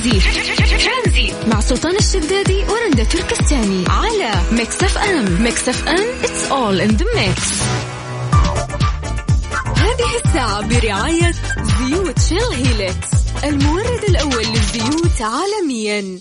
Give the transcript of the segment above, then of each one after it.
ترانزيت مع سلطان الشدادي ورندا تركستاني على ميكس اف ام. ميكس اف ام it's all in the mix. هذه الساعة برعاية زيوت شيل هيلكس، المورد الأول للزيوت عالميا.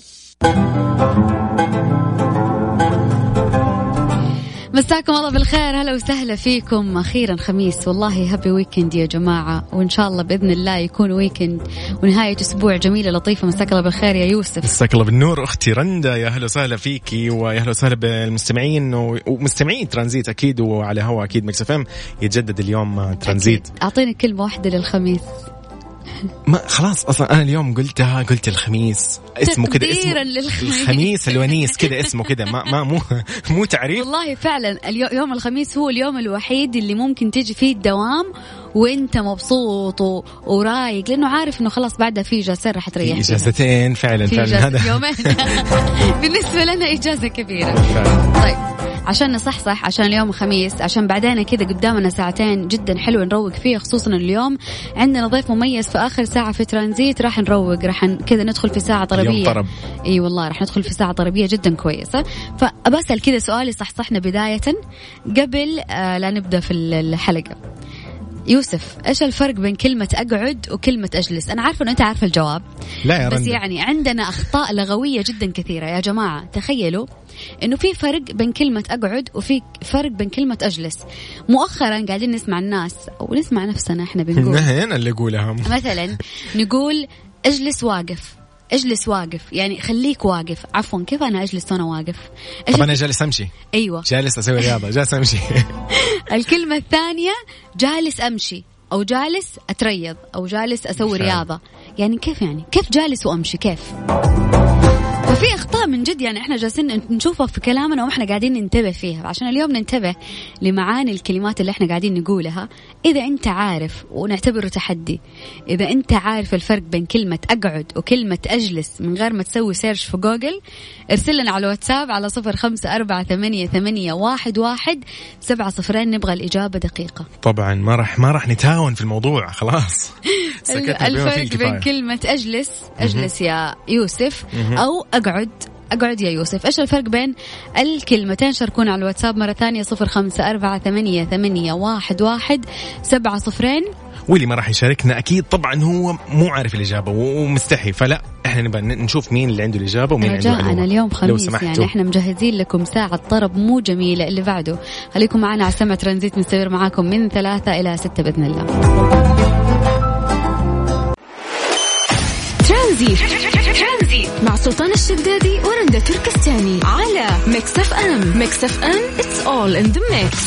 مساكم الله بالخير، هلا وسهلا فيكم. أخيرا خميس، والله هابي ويكند يا جماعة، وإن شاء الله بإذن الله يكون ويكند ونهاية أسبوع جميلة لطيفة. مساك الله بالخير يا يوسف. مساك الله بالنور أختي رندا، يا هلا وسهلا فيكي ويا هلا وسهلا بالمستمعين ومستمعين ترانزيت أكيد، وعلى هوا أكيد ميكس اف ام يتجدد اليوم ترانزيت. أعطيني كلمة واحدة للخميس. ما خلاص أصلا أنا اليوم قلت الخميس اسمه كده، اسمه الخميس الونيس كده اسمه كده، ما مو تعريف. والله فعلا يوم الخميس هو اليوم الوحيد اللي ممكن تيجي فيه الدوام وانت مبسوط ورايق، لانه عارف انه خلاص بعدها في اجازه راح تريح. اجازتين فعلا هذا يومين بالنسبه لنا اجازه كبيره. طيب عشان نصحصح، عشان اليوم خميس، عشان بعدين كذا قدامنا ساعتين جدا حلوة نروق فيها، خصوصا اليوم عندنا ضيف مميز في آخر ساعة في ترانزيت. راح نروق، راح كذا ندخل في ساعة طربية. اي والله راح ندخل في ساعة طربية جدا كويسة. فأبسأل كذا سؤالي صحصحنا بداية قبل لا نبدأ في الحلقة. يوسف، إيش الفرق بين كلمة أقعد وكلمة أجلس؟ أنا عارفة أنه أنت عارف الجواب، لا يا بس رندة. يعني عندنا أخطاء لغوية جدا كثيرة يا جماعة. تخيلوا إنه في فرق بين كلمة أقعد وفي فرق بين كلمة أجلس. مؤخرا قاعدين نسمع الناس أو نسمع نفسنا إحنا بنقول أنا اللي أقولها مثلا نقول أجلس واقف، اجلس واقف، يعني خليك واقف. عفوا كيف أنا أجلس وأنا واقف؟ طب أنا جالس أمشي. أيوة جالس أسوي رياضة، جالس أمشي. الكلمة الثانية جالس أمشي أو جالس أتريض أو جالس أسوي رياضة. يعني كيف جالس وأمشي كيف؟ ففي أخطاء من جد، يعني إحنا جالسين نشوفها في كلامنا وإحنا قاعدين ننتبه فيها. عشان اليوم ننتبه لمعاني الكلمات اللي إحنا قاعدين نقولها. إذا أنت عارف، ونعتبره تحدي، إذا أنت عارف الفرق بين كلمة أقعد وكلمة أجلس من غير ما تسوي سيرش في جوجل، ارسل لنا على واتساب على 0548811700. نبغى الإجابة دقيقة. طبعا ما راح نتهاون في الموضوع، خلاص. الفرق بين كلمة أجلس يا يوسف أو أقعد يا يوسف، إيش الفرق بين الكلمتين؟ شاركونا على الواتساب مرة ثانية 0548811700. واللي ما راح يشاركنا أكيد طبعا هو مو عارف الإجابة ومستحي، فلا إحنا نبغى نشوف مين اللي عنده الإجابة ومين عنده المعلومة. أنا اليوم خميس، يعني إحنا مجهزين لكم ساعة طرب مو جميلة. اللي بعده خليكم معنا على سمع ترانزيت، مستمر معاكم من 3 إلى 6 بإذن الله. ترانزيت مع سلطان الشدادي ورندا تركستاني على ميكس اف ام. ميكس اف ام it's all in the mix.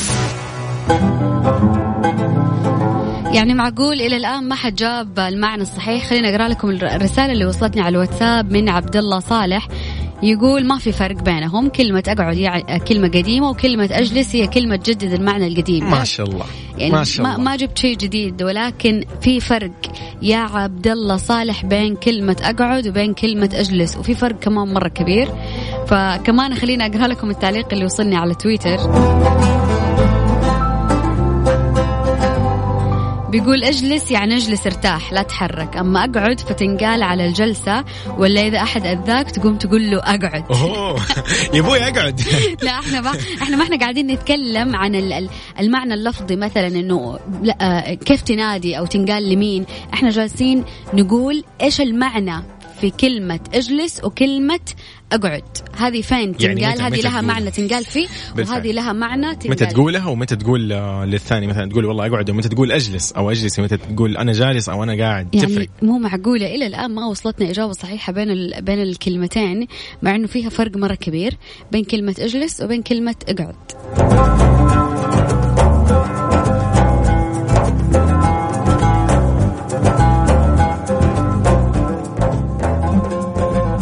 يعني معقول إلى الآن ما حد جاب المعنى الصحيح؟ خلينا أقرأ لكم الرسالة اللي وصلتني على الواتساب من عبد الله صالح. يقول ما في فرق بينهم، كلمة أقعد يعني كلمة قديمة، وكلمة أجلس هي كلمة تجدد المعنى القديم. ما شاء الله، يعني ما شاء الله. ما جبت شيء جديد، ولكن في فرق يا عبد الله صالح بين كلمة أقعد وبين كلمة أجلس، وفي فرق كمان مرة كبير. فكمان خلينا أقرأ لكم التعليق اللي وصلني على تويتر. بيقول أجلس يعني أجلس ارتاح لا تحرك، أما أقعد فتنقال على الجلسة، ولا إذا أحد أذاك تقوم تقول له أقعد. يا بوي أقعد. لا إحنا ما إحنا قاعدين نتكلم عن المعنى اللفظي، مثلا إنه كيف تنادي أو تنقال لمين. إحنا جالسين نقول إيش المعنى في كلمة أجلس وكلمة أقعد. هذه فين تنقال؟ يعني هذه لها معنى تنقال فيه، وهذه لها معنى تنقال. متى تقولها ومتى تقول للثاني، مثلا تقول والله أقعد، ومتى تقول أجلس أو أجلس، متى تقول أنا جالس أو أنا قاعد. يعني تفرق. مو معقولة إلى الآن ما وصلتنا إجابة صحيحة بين الكلمتين، مع إنه فيها فرق مرة كبير بين كلمة أجلس وبين كلمة أقعد.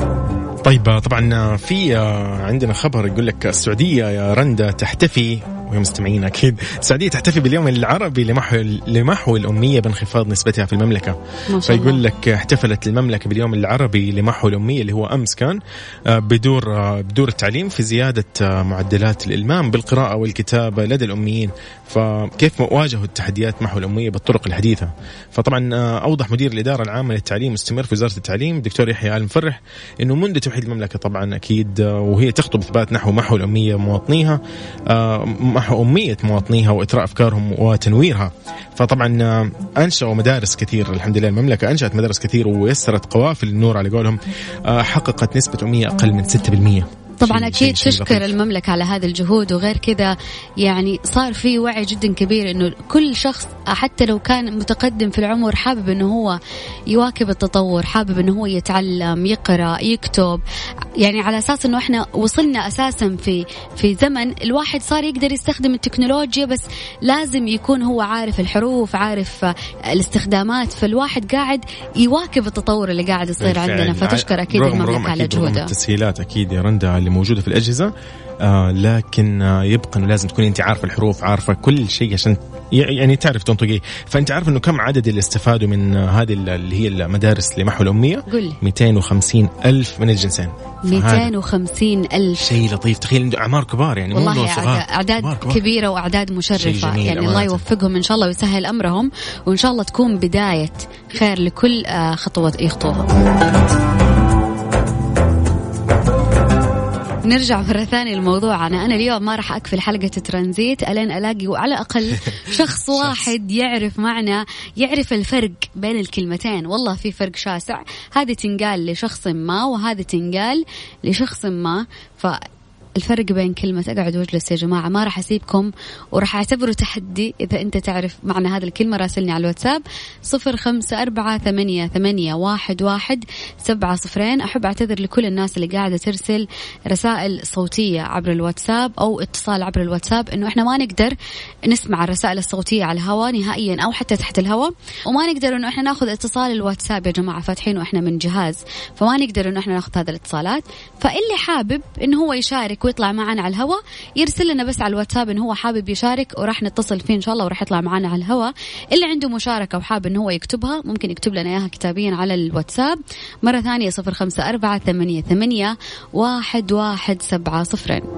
طيب طبعا في عندنا خبر يقول لك السعودية يا رندا تحتفي يا مستمعين أكيد السعودية تحتفي باليوم العربي لمحو الأمية بانخفاض نسبتها في المملكة. فيقول لك احتفلت المملكة باليوم العربي لمحو الأمية اللي هو أمس كان بدور التعليم في زيادة معدلات الإلمام بالقراءة والكتابة لدى الأميين. فكيف واجهوا التحديات محو الأمية بالطرق الحديثة؟ فطبعا أوضح مدير الإدارة العامة للتعليم مستمر في وزارة التعليم دكتور يحيى آل مفرح إنه منذ توحيد المملكة طبعا أكيد وهي تخطب إثبات نحو محو الأمية مواطنيها، محو أمية مواطنيها وإثراء أفكارهم وتنويرها. فطبعا أنشأوا مدارس كثير، الحمد لله المملكة أنشأت مدارس كثير ويسرت قوافل النور على قولهم، حققت نسبة أمية أقل من 6%. طبعا أكيد تشكر المملكة على هذه الجهود. وغير كذا يعني صار في وعي جدا كبير إنه كل شخص حتى لو كان متقدم في العمر حابب إنه هو يواكب التطور، حابب إنه هو يتعلم يقرأ يكتب، يعني على أساس إنه إحنا وصلنا أساسا في زمن الواحد صار يقدر يستخدم التكنولوجيا، بس لازم يكون هو عارف الحروف، عارف الاستخدامات. فالواحد قاعد يواكب التطور اللي قاعد يصير عندنا. فتشكر أكيد المملكة على جهودها. التسهيلات أكيد يا رندا اللي موجودة في الأجهزة، لكن يبقى إنه لازم تكون أنت عارفة الحروف، عارفة كل شيء عشان يعني تعرف تنطقيه. فأنت عارف إنه كم عدد اللي استفادوا من هذه اللي هي المدارس لمحو الأمية؟ 250,000 من الجنسين. 250,000 شيء لطيف. تخيل عنده أعمار كبار، يعني والله أعداد كبيرة وأعداد مشرفة. يعني الله يوفقهم إن شاء الله ويسهل أمرهم، وإن شاء الله تكون بداية خير لكل خطوة يخطوها. نرجع مرة ثانية لموضوعنا. أنا اليوم ما راح أقفل حلقة ترانزيت ألين ألاقي على الأقل شخص واحد يعرف معنى، يعرف الفرق بين الكلمتين. والله في فرق شاسع، هذه تنقال لشخص ما وهذه تنقال لشخص ما. الفرق بين كلمة أقعد واجلس يا جماعة ما راح أسيبكم، وراح أعتبره تحدي. إذا أنت تعرف معنى هذه الكلمة راسلني على الواتساب 0548811700. أحب أعتذر لكل الناس اللي قاعدة ترسل رسائل صوتية عبر الواتساب أو اتصال عبر الواتساب، إنه إحنا ما نقدر نسمع الرسائل الصوتية على الهواء نهائيا أو حتى تحت الهواء، وما نقدر إنه إحنا ناخذ اتصال الواتساب يا جماعة فاتحين وإحنا من جهاز، فما نقدر إنه إحنا ناخذ هذه الاتصالات. فاللي حابب إنه هو يشارك ويطلع معنا على الهواء يرسل لنا بس على الواتساب إنه هو حابب يشارك، وراح نتصل فيه إن شاء الله وراح يطلع معنا على الهواء. اللي عنده مشاركة وحاب إنه هو يكتبها ممكن يكتب لنا إياها كتابيا على الواتساب مرة ثانية 0548811700.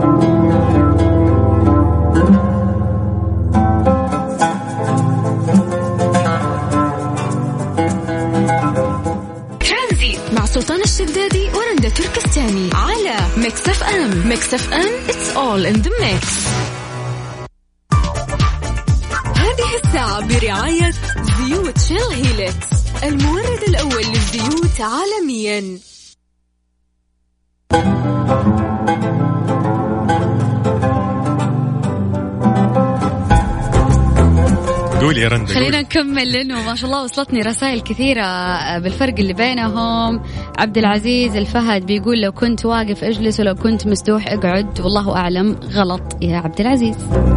مع سلطان الشدادي ورندا تركستاني على ميكس اف ام. ميكس اف ام it's all in the mix. هذه الساعة برعاية زيوت شيل هيلكس، المورد الأول للزيوت عالميا. قولي يا رندا. خلينا نكمل لأنه ما شاء الله وصلتني رسائل كثيرة بالفرق اللي بينهم. عبد العزيز الفهد بيقول لو كنت واقف اجلس ولو كنت مسدوح اقعد. والله أعلم. غلط يا عبد العزيز.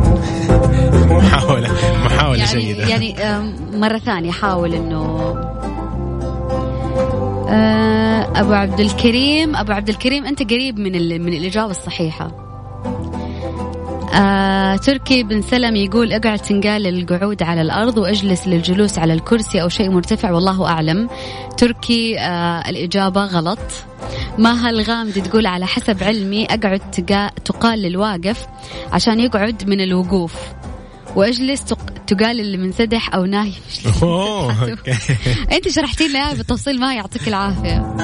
محاولة يعني جيدة. يعني مرة ثانية حاول إنه أبو عبد الكريم أنت قريب من الإجابة الصحيحة. تركي بن سلم يقول اقعد تنقال للقعود على الأرض واجلس للجلوس على الكرسي أو شيء مرتفع. والله أعلم. تركي الإجابة غلط. ماها الغامدي تقول على حسب علمي اقعد تقال للواقف عشان يقعد من الوقوف، واجلس تقال اللي منسدح أو نايم. أنت شرحتي لي بالتفصيل ما يعطيك العافية.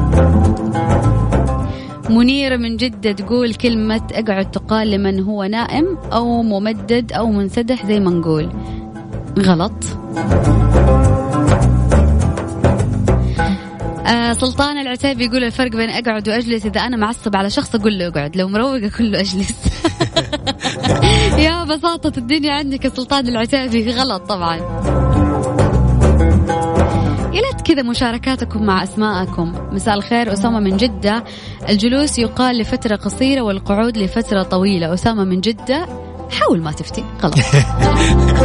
منيرة من جدة تقول كلمة اقعد تقال لمن هو نائم أو ممدد أو منسدح زي ما نقول. غلط. سلطان العتيبي يقول الفرق بين أقعد وأجلس إذا أنا معصب على شخص أقول له أقعد، لو مروقة كله أجلس. يا بساطة الدنيا عندك يا سلطان العتيبي. غلط طبعا. يا ليت كذا مشاركاتكم مع أسماءكم. مساء الخير أسامة من جدة. الجلوس يقال لفترة قصيرة والقعود لفترة طويلة. أسامة من جدة حاول ما تفتي. غلط.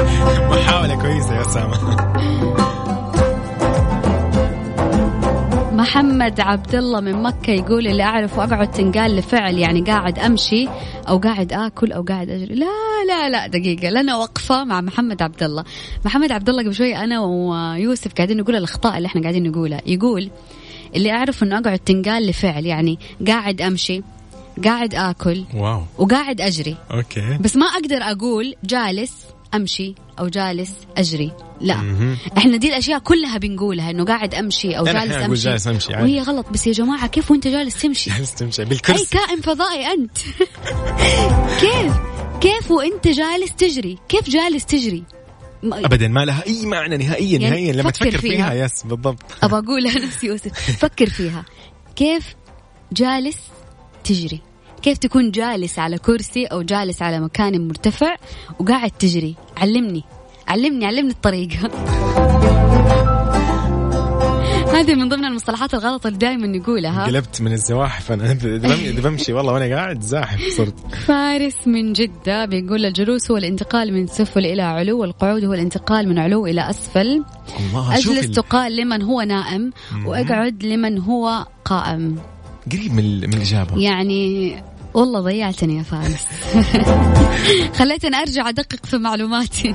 محاولة كويسة يا أسامة. محمد عبد الله من مكة يقول اللي أعرفه أقعد تنقال لفعل، يعني قاعد أمشي أو قاعد آكل أو قاعد أجري. لا لا لا دقيقة، لنا وقفة مع محمد عبد الله. محمد عبد الله قبل شوي أنا ويوسف قاعدين نقول الأخطاء اللي إحنا قاعدين نقولها. يقول اللي أعرفه إنه أقعد تنقال لفعل، يعني قاعد أمشي، قاعد آكل، واو، وقاعد أجري. أوكي. بس ما أقدر أقول جالس أمشي أو جالس أجري، لا. إحنا دي الأشياء كلها بنقولها إنه قاعد أمشي أو جالس أمشي يعني. وهي غلط. بس يا جماعة كيف وأنت جالس تمشي؟ جالس تمشي بالكرسي. أي كائن فضائي أنت. كيف وأنت جالس تجري؟ كيف جالس تجري؟ أبدا ما لها أي معنى نهائيا، يعني نهائيا لما تفكر فيها. يس بالضبط. أبغى أقولها نفسي يوسف، فكر فيها. كيف جالس تجري؟ كيف تكون جالس على كرسي أو جالس على مكان مرتفع وقاعد تجري؟ علمني الطريقة. هذه من ضمن المصطلحات الغلط اللي دائما نقولها. قلبت من الزواحف أنا بمشي والله وأنا قاعد زاحف صرت. فارس من جدة بيقول الجلوس هو الانتقال من سفل إلى علو، والقعود هو الانتقال من علو إلى أسفل. أجلس تقال لمن هو نائم، وأقعد لمن هو قائم. قريب من الإجابة يعني. والله ضيعتني يا فارس. خليتني أرجع أدقق في معلوماتي.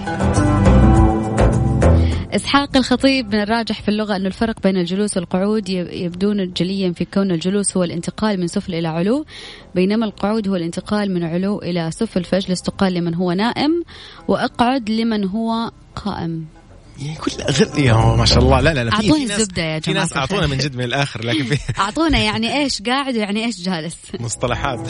إسحاق الخطيب من الراجح في اللغة أن الفرق بين الجلوس والقعود يبدون جليا في كون الجلوس هو الانتقال من سفل إلى علو، بينما القعود هو الانتقال من علو إلى سفل. فاجلس تقال لمن هو نائم، وأقعد لمن هو قائم. يعني كل يا ما شاء الله. لا أعطوني الزبدة يا جماعة. في ناس أعطونا من جد من الآخر، لكن في أعطونا يعني إيش قاعد ويعني إيش جالس. مصطلحات.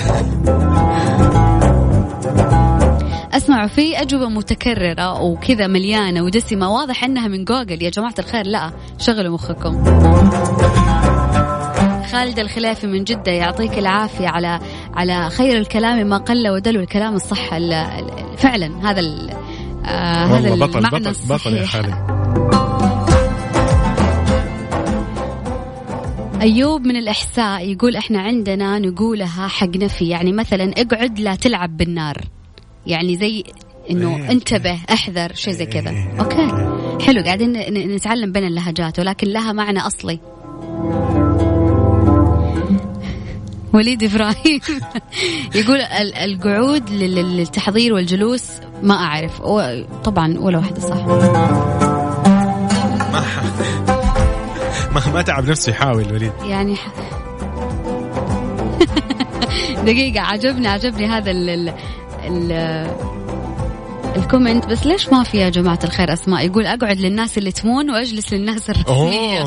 أسمعوا في أجوبة متكررة وكذا مليانة ودسمة، واضح أنها من جوجل يا جماعة الخير. لا شغلوا مخكم. خالد الخلافي من جدة يعطيك العافية على خير الكلام ما قل ودل، والكلام الصح فعلا. هذا المعنى بطل يا خالد. أيوب من الإحساء يقول إحنا عندنا نقولها حق نفي، يعني مثلا اقعد لا تلعب بالنار، يعني زي إنه انتبه احذر، شيء زي كذا. أوكي حلو، قاعدين نتعلم بين اللهجات ولكن لها معنى أصلي. وليد إبراهيم يقول القعود للتحضير والجلوس ما أعرف، طبعا ولا واحدة صح. ما تعب نفسه يحاول وليد يعني. دقيقة، عجبني هذا الكومنت، بس ليش ما في يا جماعة الخير أسماء؟ يقول أقعد للناس اللي تمون وأجلس للناس الرسمية.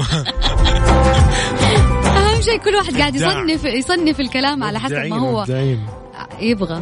أهم شيء كل واحد قاعد يصنف الكلام على حسب ما هو يبغى.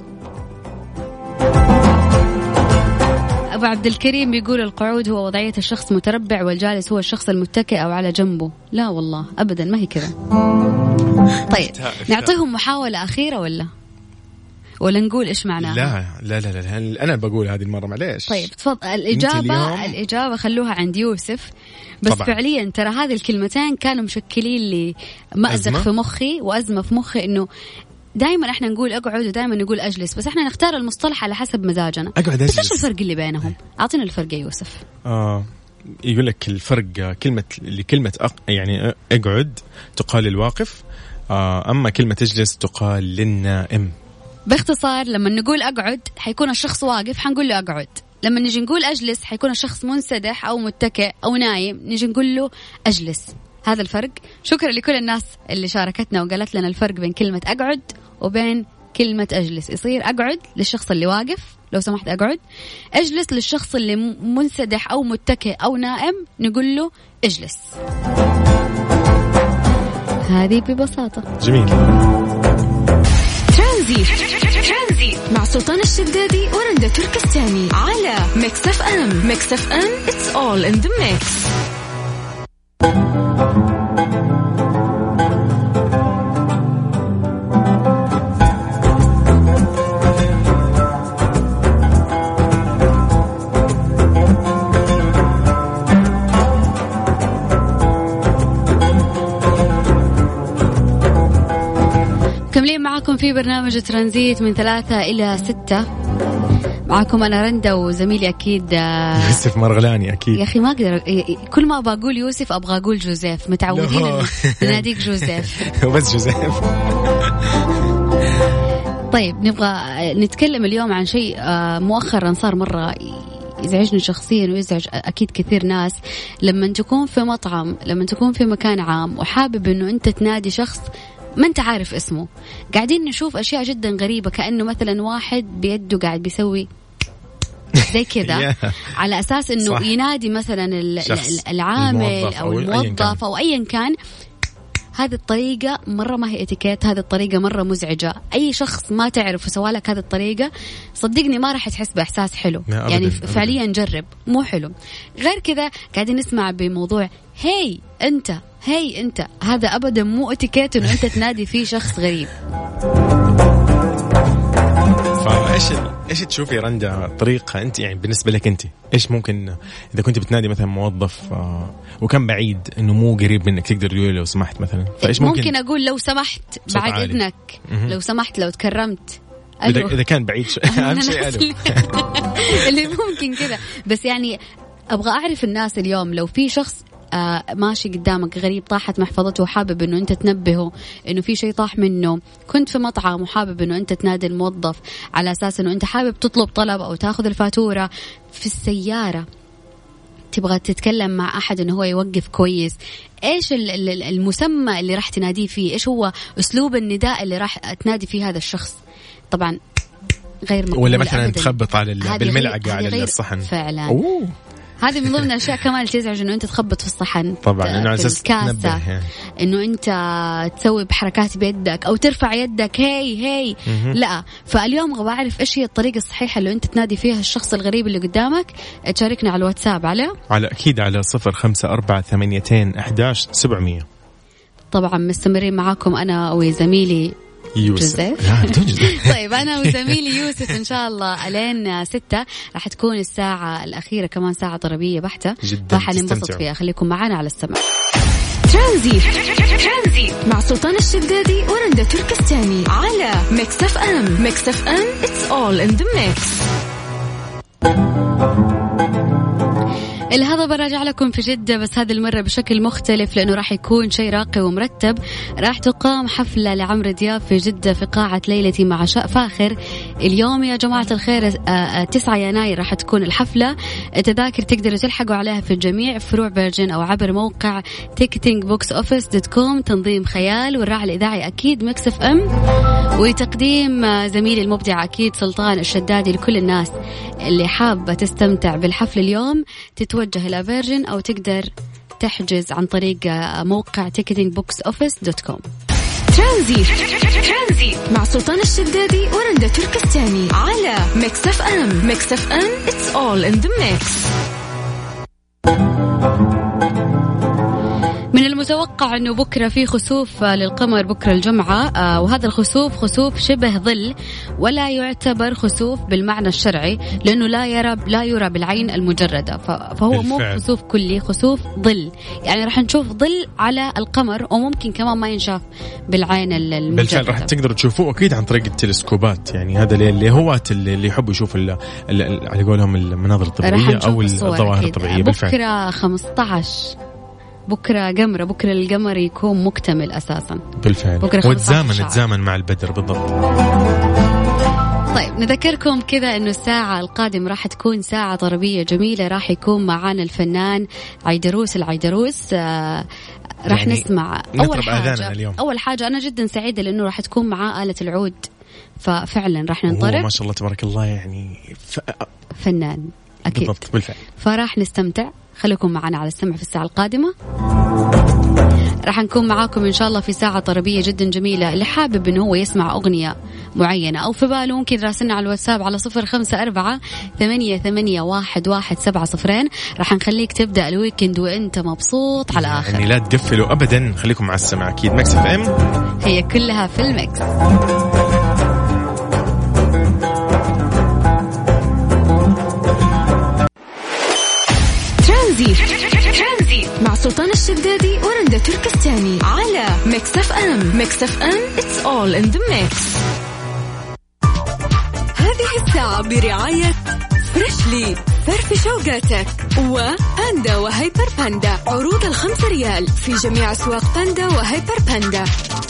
أبو عبد الكريم بيقول القعود هو وضعية الشخص متربع، والجالس هو الشخص المتكئ أو على جنبه. لا والله أبدا ما هي كذا. طيب نعطيهم محاولة أخيرة ولا نقول إيش معناها؟ لا أنا بقول هذه المرة معليش. طيب تفضل. الإجابة خلوها عند يوسف. بس طبعا. فعليا ترى هذه الكلمتين كانوا مشكلين لي مأزق في مخي وأزمة في مخي، إنه دائما احنا نقول اقعد ودائما نقول اجلس، بس احنا نختار المصطلح على حسب مزاجنا. اقعد اجلس. ايش الفرق اللي بينهم؟ اعطينا الفرق يا يوسف. يقول لك الفرق كلمة يعني اقعد تقال للواقف، اما كلمة اجلس تقال للنائم. باختصار لما نقول اقعد حيكون الشخص واقف حنقول له اقعد، لما نجي نقول اجلس حيكون الشخص منسدح او متكئ او نايم نجي نقول له اجلس. هذا الفرق. شكرا لكل الناس اللي شاركتنا وقالت لنا الفرق بين كلمة أقعد وبين كلمة أجلس. يصير أقعد للشخص اللي واقف لو سمحت أقعد، أجلس للشخص اللي منسدح أو متكئ أو نائم نقول له اجلس. هذه ببساطة. جميل. ترانزيت مع سلطان الشدادي ورندا تركستاني على ميكس اف ام. ميكس اف ام it's all in the mix. مكملين معاكم في برنامج ترانزيت من 3 إلى 6. معاكم أنا رندا وزميلي أكيد يوسف مرغلاني. أكيد يا أخي ما أقدر، كل ما أبغى أقول يوسف أبغى أقول جوزيف، متعودين نناديك جوزيف. وبس جوزيف. طيب نبغى نتكلم اليوم عن شيء مؤخرا صار مرة يزعجني شخصيا ويزعج أكيد كثير ناس. لما تكون في مطعم، لما تكون في مكان عام وحابب أنه أنت تنادي شخص ما أنت عارف اسمه، قاعدين نشوف أشياء جدا غريبة، كأنه مثلا واحد بيده قاعد بيسوي زي كذا على أساس أنه صح. ينادي مثلا العامل أو الموظف أو أيا كان. هذه الطريقة مرة ما هي اتيكيت، هذه الطريقة مرة مزعجة. أي شخص ما تعرف وسوالك هذه الطريقة صدقني ما راح تحس بإحساس حلو يعني أبداً. فعليا جرب، مو حلو. غير كذا قاعدين نسمع بموضوع هاي أنت، هاي أنت، هذا أبدا مو اتيكيت إنه أنت تنادي فيه شخص غريب. ايش تشوفي رندا طريقة انت يعني بالنسبة لك انت ايش ممكن اذا كنت بتنادي مثلا موظف وكان بعيد انه مو قريب منك تقدر تقول لو سمحت مثلا، فايش ممكن اقول لو سمحت بعد اذنك، لو سمحت، لو تكرمت، اذا كان بعيد اهم شيء اللي ممكن كذا. بس يعني ابغى اعرف الناس اليوم لو في شخص ماشي قدامك غريب طاحت محفظته وحابب انه انت تنبهه انه في شيء طاح منه، كنت في مطعم وحابب انه انت تنادي الموظف على اساس انه انت حابب تطلب طلب او تاخذ الفاتورة، في السيارة تبغى تتكلم مع احد انه هو يوقف كويس، ايش المسمى اللي راح تناديه فيه؟ ايش هو اسلوب النداء اللي راح تنادي فيه هذا الشخص؟ طبعا غير مقبول. ولا مثلا تخبط على بالملعقة على الصحن فعلا. هذه من ضمن الأشياء كمان اللي تزعج إنه أنت تخبط في الصحن طبعا، إنه في الكاسة يعني. إنه أنت تسوي بحركات بيدك أو ترفع يدك هاي لا. فاليوم أبغى أعرف إيش هي الطريقة الصحيحة اللي أنت تنادي فيها الشخص الغريب اللي قدامك. تشاركنا على الواتساب على أكيد على 0548811700. طبعا مستمرين معاكم أنا وزميلي يوسف. طيب أنا وزميلي يوسف إن شاء الله ألين 6 راح تكون الساعة الأخيرة كمان ساعة طربية بحتة راح ننبسط فيها. خليكم معنا على السمع. ترانزيت مع سلطان الشدادي ورندا تركستاني على ميكس اف ام. ميكس اف ام it's all in the mix. الهضبة براجع لكم في جدة، بس هذه المرة بشكل مختلف لأنه راح يكون شيء راقي ومرتب. راح تقام حفلة لعمرو دياب في جدة في قاعة ليلتي مع عشاء فاخر. اليوم يا جماعة الخير 9 يناير راح تكون الحفلة. التذاكر تقدروا تلحقوا عليها في جميع فروع فيرجن أو عبر موقع ticketingboxoffice.com. تنظيم خيال، والراعي الإذاعي أكيد ميكس اف ام، وتقديم زميلي المبدع أكيد سلطان الشدادي. لكل الناس اللي حابة تستمتع بالحفل اليوم تتوجه إلى فيرجن أو تقدر تحجز عن طريق موقع ticketingboxoffice.com. ترانزيت مع سلطان الشدادي ورندا تركستاني على ميكس اف ام. ميكس اف ام it's all in the mix. من المتوقع أنه بكرة في خسوف للقمر بكرة الجمعة، وهذا الخسوف خسوف شبه ظل ولا يعتبر خسوف بالمعنى الشرعي لأنه لا يرى بالعين المجردة، فهو مو خسوف كلي، خسوف ظل. يعني راح نشوف ظل على القمر وممكن كمان ما ينشاف بالعين المجردة. بالفعل راح تقدروا تشوفوه أكيد عن طريق التلسكوبات. يعني هذا اللي هوات اللي يحبوا يشوفوا على قولهم المناظر الطبيعية أو الظواهر الطبيعية. بكرة 15 بكرة قمرة، بكرة القمر يكون مكتمل أساسا بالفعل، وتزامن مع البدر بالضبط. طيب نذكركم كذا إنه الساعة القادمة راح تكون ساعة طربية جميلة. راح يكون معانا الفنان عيدروس العيدروس. راح يعني نسمع أول حاجة أنا جدا سعيدة لأنه راح تكون معاه آلة العود، ففعلا راح ننطرب. ما شاء الله تبارك الله، يعني فنان أكيد بالضبط بالفعل. فراح نستمتع. خليكم معنا على السمع في الساعة القادمة. راح نكون معاكم إن شاء الله في ساعة طربية جدا جميلة. اللي حابب إنه هو يسمع أغنية معينة أو في باله ممكن راسلنا على الواتساب على 0548811700. راح نخليك تبدأ الويكند وإنت مبسوط على آخر. يعني لا تقفلوا أبدا، خليكم مع السمع. أكيد ميكس اف ام هي كلها في الميكس. ترانزيت مع سلطان الشدادي ورندا تركستاني على ميكس اف ام. ميكس اف ام it's all in the mix. هذه الساعة السابعة برعاية فريشلي فرف شوقاتك وباندا وهيبر باندا. عروض ال5 ريال في جميع أسواق باندا وهيبر باندا.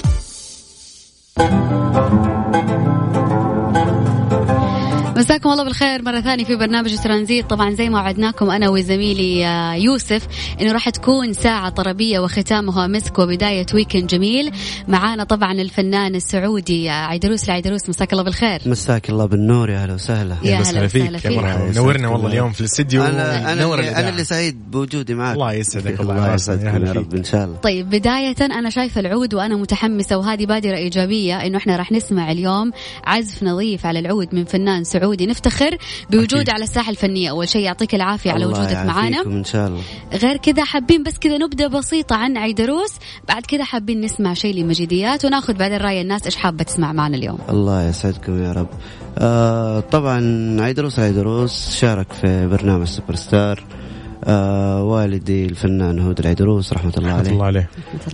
مساكم الله بالخير مرة ثانية في برنامج ترانزيت. طبعا زي ما وعدناكم أنا وزميلي يوسف إنه راح تكون ساعة طربية وختامها مسك وبداية ويكند جميل. معانا طبعا الفنان السعودي عيدروس العيدروس. مساك الله بالخير. مساك الله بالنور. يا هلا وسهلا. يا هلا فيك. نورنا والله اليوم في الاستديو. أنا اللي سعيد بوجودي معك. الله يسعدك. الله يسعدكم يا رب إن شاء الله. طيب بداية أنا شايفة العود وأنا متحمسة وهذه بادرة إيجابية إنه إحنا راح نسمع اليوم عزف نظيف على العود من فنان سعودي نفتخر بوجوده على الساحة الفنية. أول شيء يعطيك العافية على وجودك معنا إن شاء الله. غير كذا حابين بس كذا نبدأ بسيطة عن عيدروس، بعد كذا حابين نسمع شيء لمجيديات وناخذ بعدين رأي الناس إيش حابة تسمع معنا اليوم. الله يسعدكم يا رب. طبعا عيدروس شارك في برنامج سوبر ستار. والدي الفنان هود العيدروس رحمة الله عليه. الله عليه.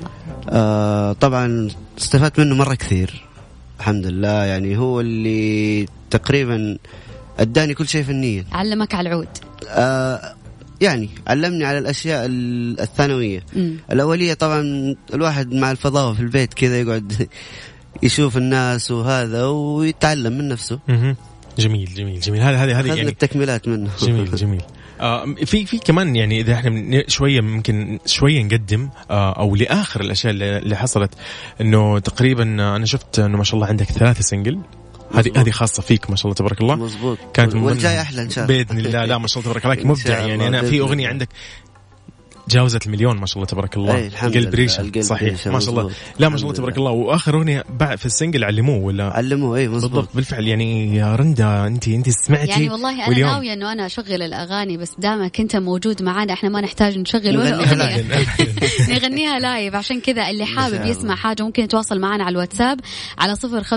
طبعا استفدت منه مرة كثير الحمد لله. يعني هو اللي تقريبا أداني كل شيء فنيا. علمك على العود؟ يعني علمني على الأشياء الثانوية. الأولية طبعا الواحد مع الفضاوة في البيت كذا يقعد يشوف الناس وهذا ويتعلم من نفسه. جميل جميل جميل. هذه يعني التكملات منه. جميل جميل. في كمان يعني إذا إحنا شوية ممكن شوية نقدم أو لآخر الأشياء اللي حصلت، إنه تقريبا أنا شفت إنه ما شاء الله عندك 3 سنجل. هذه خاصة فيك ما شاء الله تبارك الله. مزبوط. كانت والجاي أحلى إن شاء الله بإذن الله. لا ما شاء الله تبارك الله مبدع. يعني أنا في أغنية عندك جاوزت 1,000,000 ما شاء الله تبارك الله. قلب ريشة صحيح ما شاء الله. لا ما شاء الله تبارك الله. وآخر أغنية بعد في السنجل علموه مزبوط بالفعل. يعني يا رندا أنت سمعتي يعني والله أنا ناوية إنه أنا أشغل الأغاني بس دامك أنت موجود معانا إحنا ما نحتاج نشغل ولا أغنية نغنيها لايف. عشان كذا اللي حابب يسمع حاجة ممكن يتواصل معنا على الواتساب على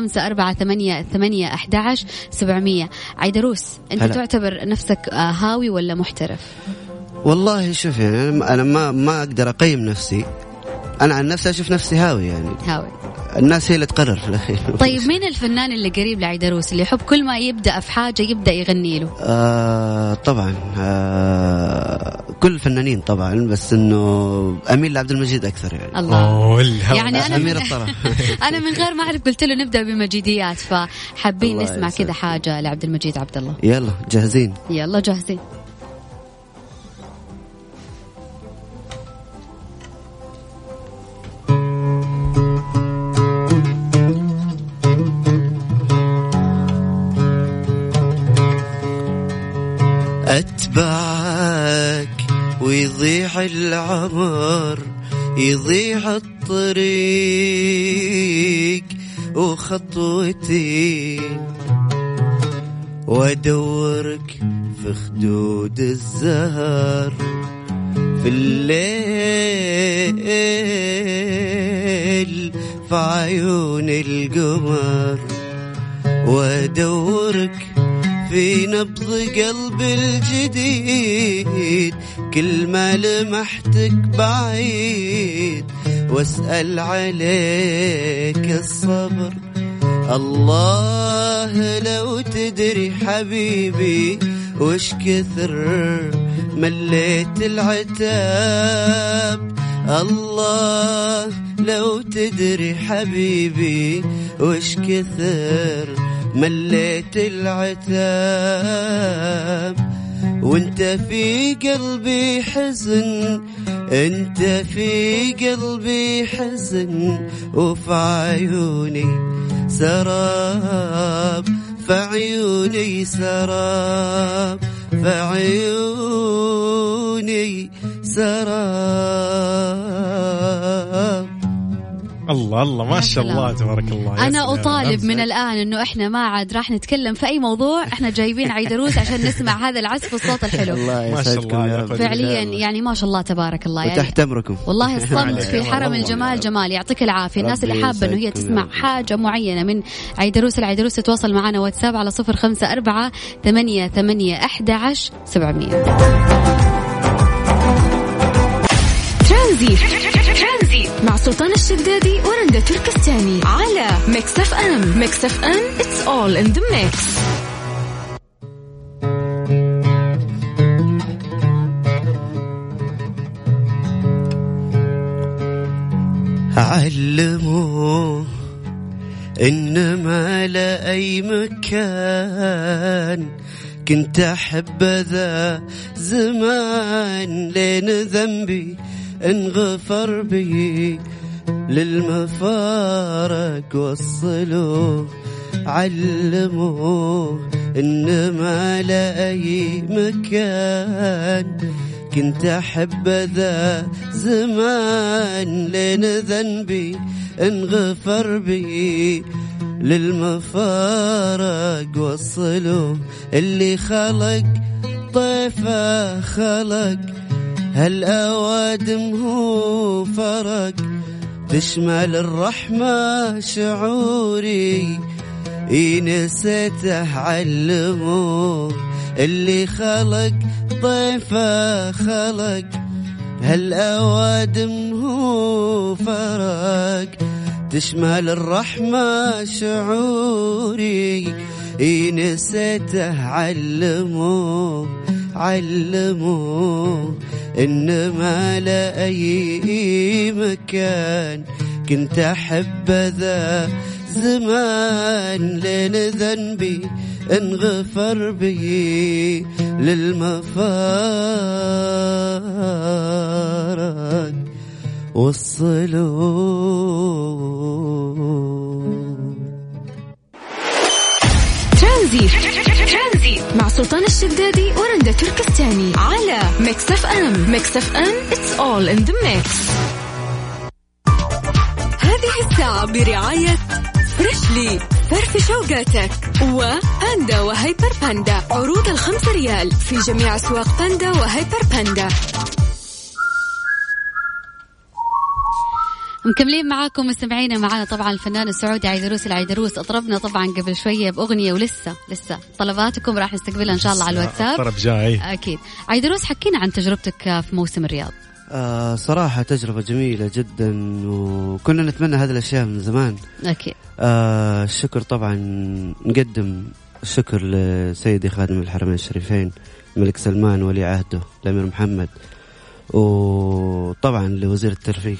0548811700. عيدروس أنت تعتبر نفسك هاوي ولا محترف؟ والله شوف يعني أنا ما أقدر أقيم نفسي. أنا عن نفسي أشوف نفسي هاوي. يعني هاوي. الناس هي اللي تقرر في الأخير. طيب مين الفنان اللي قريب لعيدروس اللي يحب كل ما يبدأ في حاجة يبدأ يغني له؟ طبعا كل الفنانين طبعا، بس إنه أميل لعبد المجيد أكثر. يعني الله. يعني أنا أمير الطرف. أنا من غير ما أعرف قلت له نبدأ بمجيديات، فحابين نسمع كذا حاجة لعبد المجيد عبد الله. يلا جاهزين؟ يلا جاهزين. أتبعك ويضيع العمر يضيع الطريق وخطوتي وأدورك في خدود الزهر في الليل في عيون القمر وأدورك في نبض قلب الجديد كل ما لمحتك بعيد واسأل عليك الصبر. الله لو تدري حبيبي وش كثر مليت العتاب. الله لو تدري حبيبي وش كثر مليت العتاب. وانت في قلبي حزن انت في قلبي حزن وفي عيوني سراب في عيوني سراب في عيوني سراب. الله الله ما شاء الله تبارك الله. أنا أطالب من الآن إنه إحنا ما عاد راح نتكلم في أي موضوع، إحنا جايبين عيدروس عشان نسمع هذا العزف والصوت الحلو. الله ما شاء الله فعليا يعني ما شاء الله تبارك الله. يعني وتحت أمركم والله الصمت في حرم الجمال جمال. يعطيك العافية. الناس اللي حابة إنه هي تسمع حاجة معينة من عيدروس العيدروس تتواصل معنا واتساب على 0548811700. ترانزيت مع سلطان الشدادي ورندا تركستاني على ميكس اف ام. ميكس اف ام it's all in the mix. علموه إن ما لا أي مكان كنت أحب ذا زمان لين ذنبي انغفر بي للمفارق وصلوه علموه إن ما لا أي مكان كنت أحب ذا زمان لين ذنبي انغفر بي للمفارق وصلوا اللي خلق طيفه خلق هالأوادم هو فرق تشمل الرحمة شعوري نسيته علموه اللي خلق طيفه خلق هالأوادم هو فرق تشمل الرحمة شعوري نسيته علموه علموه إن ما لا أي مكان كنت أحب ذا زمان لين ذنبي انغفر بي للمفارق والصلوب. ترانزيت مع سلطان الشدادي ورندا تركستاني على ميكس اف ام. ميكس اف ام it's all in the mix. هذه الساعة برعاية فريشلي فرفش اوقاتك وباندا وهيبر باندا. عروض 5 ريال في جميع أسواق باندا وهيبر باندا. مكملين معاكم مستمعينا. معنا طبعا الفنان السعودي عيدروس العيدروس. اطربنا طبعا قبل شويه باغنيه ولسه طلباتكم راح نستقبلها ان شاء الله على الواتساب. طرب جاي اكيد. عيدروس حكينا عن تجربتك في موسم الرياض. صراحه تجربه جميله جدا وكنا نتمنى هذه الاشياء من زمان. اكيد. الشكر طبعا نقدم الشكر لسيدي خادم الحرمين الشريفين الملك سلمان ولي عهده الأمير محمد، وطبعا لوزير الترفيه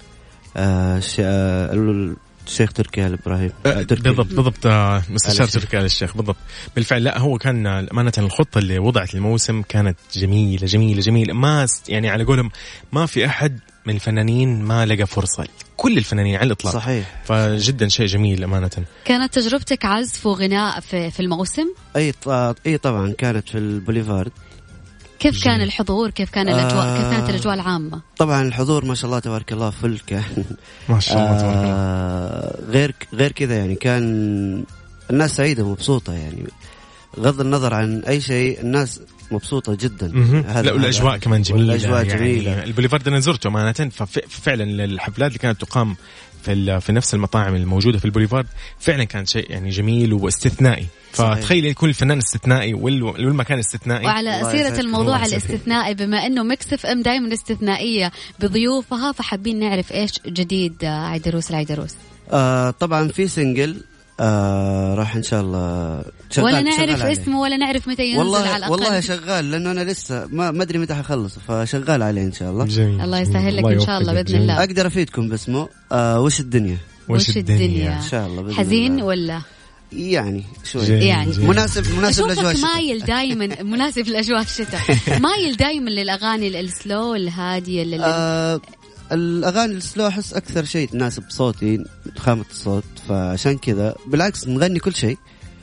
الشيخ تركي آل إبراهيم. بالضبط مستشار تركي آل الشيخ. بالضبط بالفعل. لا هو كان أمانة الخطة اللي وضعت الموسم كانت جميلة جميلة جميلة. ما يعني على قولهم ما في أحد من الفنانين ما لقى فرصة، كل الفنانين على الإطلاق. صحيح. فجدا شيء جميل أمانة. كانت تجربتك عزف وغناء في الموسم؟ أي طبعا كانت في البوليفارد. كيف كان الحضور؟ كيف كان الأجواء؟ كيف كانت الأجواء العامة؟ طبعا الحضور ما شاء الله تبارك الله فل كان ما شاء الله تبارك الله. غير كذا يعني كان الناس سعيدة ومبسوطة، يعني غض النظر عن أي شيء الناس مبسوطة جدا. لا والأجواء كمان جميلة. الأجواء جميلة. يعني البوليفارد أنا زرته أمانة، ففعلا الحفلات اللي كانت تقام في نفس المطاعم الموجودة في البوليفارد فعلا كان شيء يعني جميل واستثنائي. فتخيل يكون الفنان استثنائي والمكان استثنائي. وعلى سيرة الموضوع الاستثنائي، بما أنه ميكس اف ام دائما استثنائية بضيوفها، فحابين نعرف إيش جديد عيدروس العيدروس. طبعا في سنجل راح إن شاء الله ولا نعرف اسمه ولا نعرف متى ينزل على الأقل. والله شغال لأنه أنا لسه ما أدري متى حخلص، فشغال عليه إن شاء الله. جميل. الله يسهل لك إن شاء الله بإذن الله. أقدر أفيدكم باسمه وش الدنيا إن شاء الله. حزين ولا يعني شوي يعني مناسب لأجواء الشتاء. مايل دائما مناسب لأجواء الشتاء. مايل دائما للأغاني السلو الهادية الأغاني السلو أحس أكثر شيء تناسب صوتي، خامة الصوت، فعشان كذا بالعكس نغني كل شيء.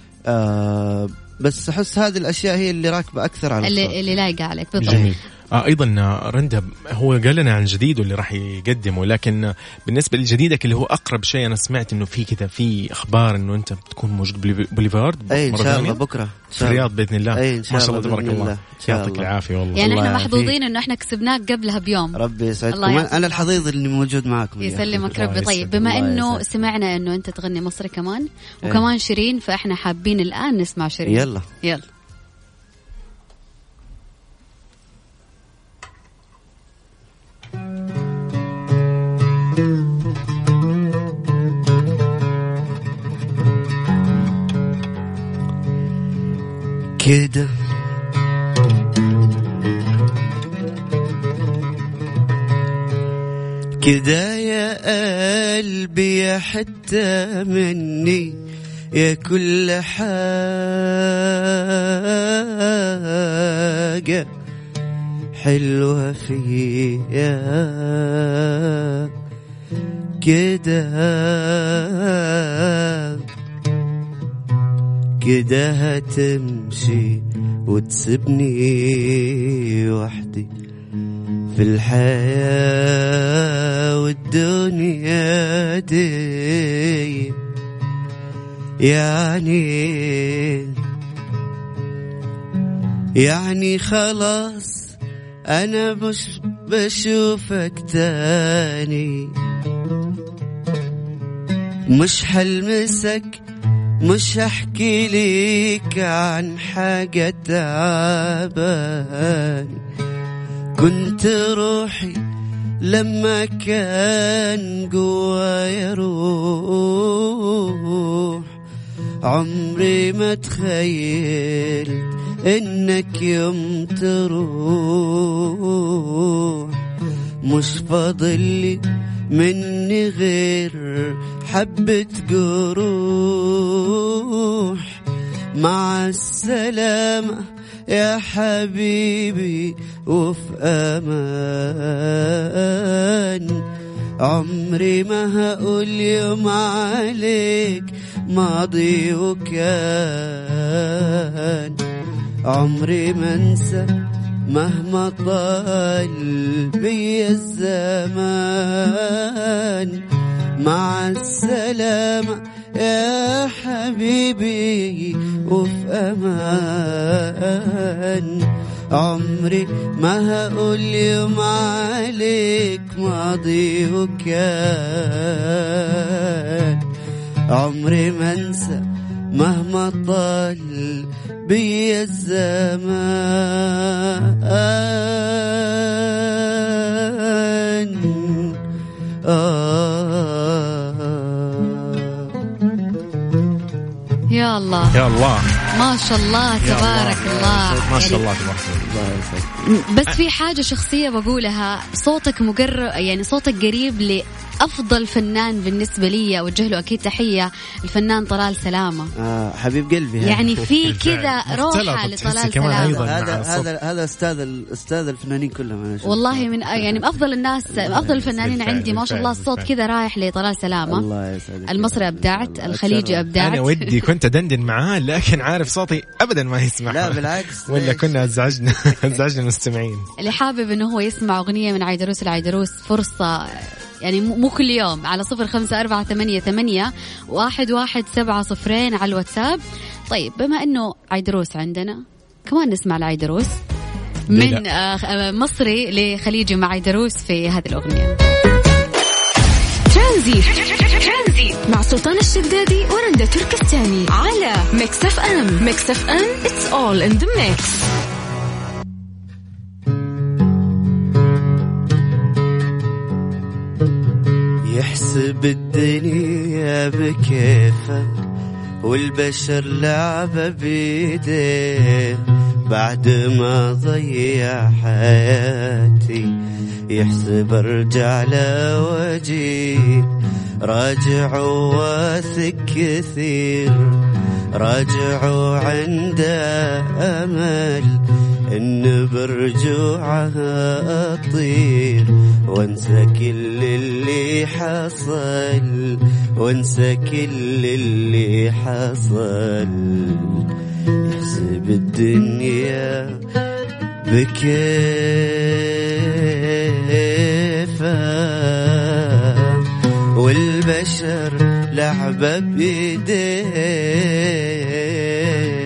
بس أحس هذه الأشياء هي اللي راكبة أكثر على الصوت، اللي لايقة عليك. بالضبط. جميل. أيضا رندا هو قال لنا عن جديد واللي راح يقدمه، لكن بالنسبة لجديدك اللي هو أقرب شيء أنا سمعت إنه في كذا في أخبار إنه أنت بتكون موجود بوليفارد. أي إن شاء الله بكرة في الرياض بإذن الله. ما شاء الله تبارك الله. يعطيك العافية والله. يعني إحنا محظوظين إنه إحنا كسبناك قبلها بيوم. ربي يسعدكم. أنا الحظيظ اللي موجود معكم. يسلمك ربي. طيب بما إنه سمعنا إنه أنت تغني مصري كمان وكمان شيرين، فإحنا حابين الآن نسمع شيرين. يلا كده كده يا قلبي يا حتة مني يا كل حاجة حلوة فيا كده هتمشي وتسيبني وحدي في الحياة والدنيا دي. يعني خلاص أنا مش بشوفك تاني، مش حلمسك، مش أحكي ليك عن حاجة تعباني. كنت روحي لما كان جوايا روح، عمري ما تخيلت إنك يوم تروح. مش فاضلي مني غير حبة جروح. مع السلامة يا حبيبي وفي أمان. عمري ما هقول يوم عليك ماضي وكان. عمري ما انسى مهما طال بي الزمان. مع السلامة يا حبيبي وفي أمان. عمري ما هقول يوم عليك ماضي وكان. عمري ما انسى مهما طال بي الزمان. يا الله يا الله ما شاء الله تبارك الله، ما شاء الله تبارك الله. بس في حاجة شخصية بقولها، صوتك يعني صوتك قريب لأفضل فنان بالنسبة لي، أوجه له أكيد تحية، الفنان طلال سلامة. حبيب قلبي يعني في كذا روحة لطلال سلامة. هذا أستاذ الفنانين كلهم. والله من أفضل الناس، من أفضل الفنانين عندي ما شاء الله. الصوت كذا رايح لطلال سلامة. الله يسعدك. المصري أبدعت، الخليجي أبدعت. أنا ودي كنت أدندن معاه لكن عارف صوتي أبدا ما يسمع. لا بالعكس، ولا كنا أزعجنا المستمعين. اللي حابب إنه هو يسمع أغنية من عيدروس العيدروس فرصة، يعني مو كل يوم، على 0548811700 على الواتساب. طيب بما إنه عيدروس عندنا كمان نسمع لعيدروس من مصري لخليجي مع عيدروس في هذه الأغنية. ترانزيت مع سلطان الشدادي ورندا تركستاني على ميكس اف ام. ميكس اف ام it's all in the mix. يحسب الدنيا بكيفه والبشر لعبة بيديه. بعد ما ضيع حياتي يحسب ارجع لوجهي. راجع واثق كثير، راجع عنده أمل إن برجوعها أطير. وانسى كل اللي حصل، وانسى كل اللي حصل. يحسب الدنيا بكيفه والبشر لعبة بيديه.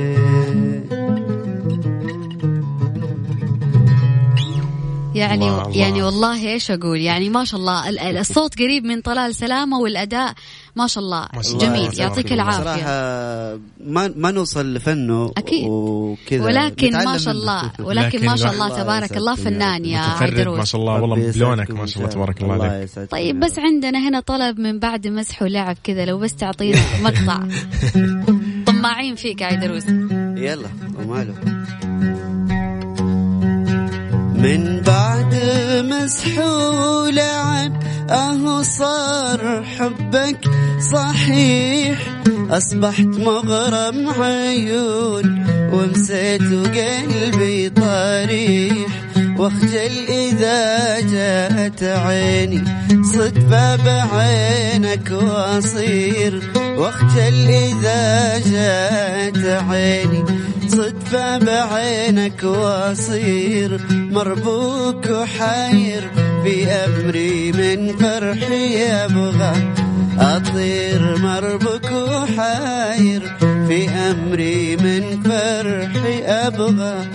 يعني والله ايش اقول، يعني ما شاء الله الصوت قريب من طلال سلامة والاداء ما شاء الله جميل. يعطيك العافية. صراحة ما نوصل لفنه أكيد وكذا، ولكن ما شاء الله، ولكن ما شاء الله تبارك الله فنان يا عيدروس ما شاء الله. والله بلونك ما شاء الله تبارك الله عليك. طيب بس عندنا هنا طلب من بعد مسح ولعب كذا، لو بس تعطينا مقطع. طماعين فيك يا عيدروس. يلا وماله. من بعد مسحول عن صار حبك صحيح. أصبحت مغرم عيون ومسيت وقلبي طريح. واخجل إذا جاءت عيني صدفة بعينك وأصير. واخجل إذا جاءت عيني صدفة بعينك وأصير. مربوك وحاير في أمري من فرحي أبغى أطير. مربوك وحاير في أمري من فرحي أبغى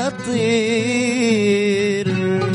أطير.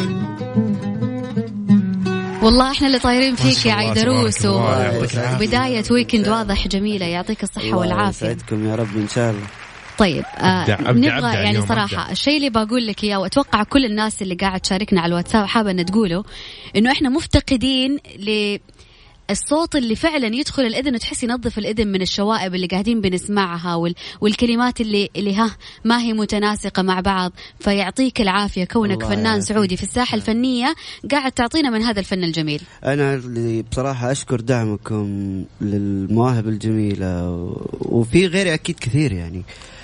والله احنا اللي طايرين فيك يا عيدروس، وبداية ويكند واضح جميلة. يعطيك الصحة والعافية. يسعدكم يا رب إن شاء الله. طيب نبغى يعني صراحة الشيء اللي بقول لك إياه، وأتوقع كل الناس اللي قاعد تشاركنا على الواتساب حابة أن تقوله، إنه إحنا مفتقدين الصوت اللي فعلا يدخل الأذن وتحس ينظف الأذن من الشوائب اللي قاعدين بنسمعها والكلمات اللي ما هي متناسقة مع بعض. فيعطيك العافية كونك فنان سعودي في الساحة الفنية قاعد تعطينا من هذا الفن الجميل. أنا اللي بصراحة أشكر دعمكم للمواهب الجميلة، وفي غيري أكيد كثير يعني.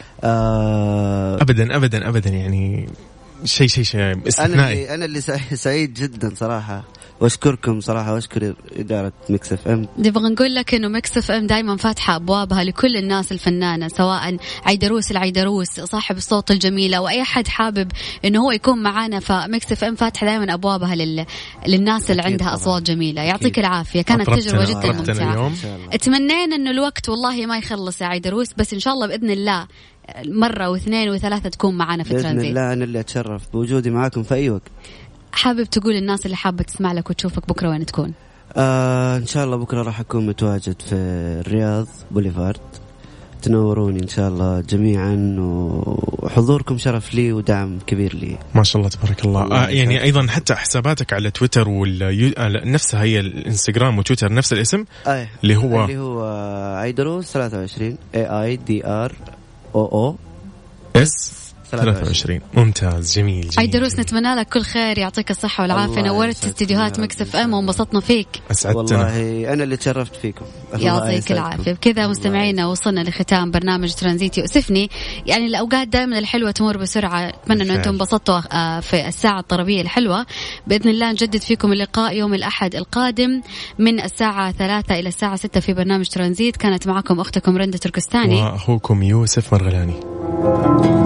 أبدا أبدا أبدا يعني شيء استثنائي. أنا اللي سعيد جدا صراحة، واشكركم صراحة، واشكر إدارة ميكس اف ام. نبغى نقول لك إنه ميكس اف ام دايما فاتحة أبوابها لكل الناس الفنانة، سواء عيدروس العيدروس صاحب الصوت الجميل أو أي حد حابب إنه هو يكون معانا. فميكس اف ام فاتحة دايما أبوابها للناس اللي عندها أصوات جميلة. يعطيك العافية، كانت تجربة جدا ممتعة. اتمنينا إنه الوقت والله ما يخلص يا عيدروس، بس إن شاء الله بإذن الله مرة واثنين وثلاثة تكون معنا في ترانزيت. بإذن الله أنا اللي أتشرف بوجودي معاكم في أي وقت. حابب تقول للناس اللي حابة تسمع لك وتشوفك بكرة وين تكون؟ إن شاء الله بكرة راح أكون متواجد في الرياض بوليفارد. تنوروني إن شاء الله جميعا، وحضوركم شرف لي ودعم كبير لي. ما شاء الله تبارك الله. يعني أيضا حتى حساباتك على تويتر نفسها هي الانستغرام وتويتر نفس الاسم اللي هو عيدروس 23 AIDROOS 23. ممتاز، جميل. عيدروس نتمنى لك كل خير، يعطيك الصحة والعافية. نورت استديوهات ميكس اف ام وانبسطنا فيك. والله أنا اللي تشرفت فيكم. يعطيك العافية. بكذا مستمعينا وصلنا لختام برنامج ترانزيت. يؤسفني يعني الأوقات دائما الحلوة تمر بسرعة. أتمنى أنه أنتم انبسطتوا في الساعة الطربية الحلوة. بإذن الله نجدد فيكم اللقاء يوم الأحد القادم من الساعة 3 إلى الساعة 6 في برنامج ترانزيت. كانت معكم أختكم رندة تركستاني وأخوكم يوسف مرغلاني.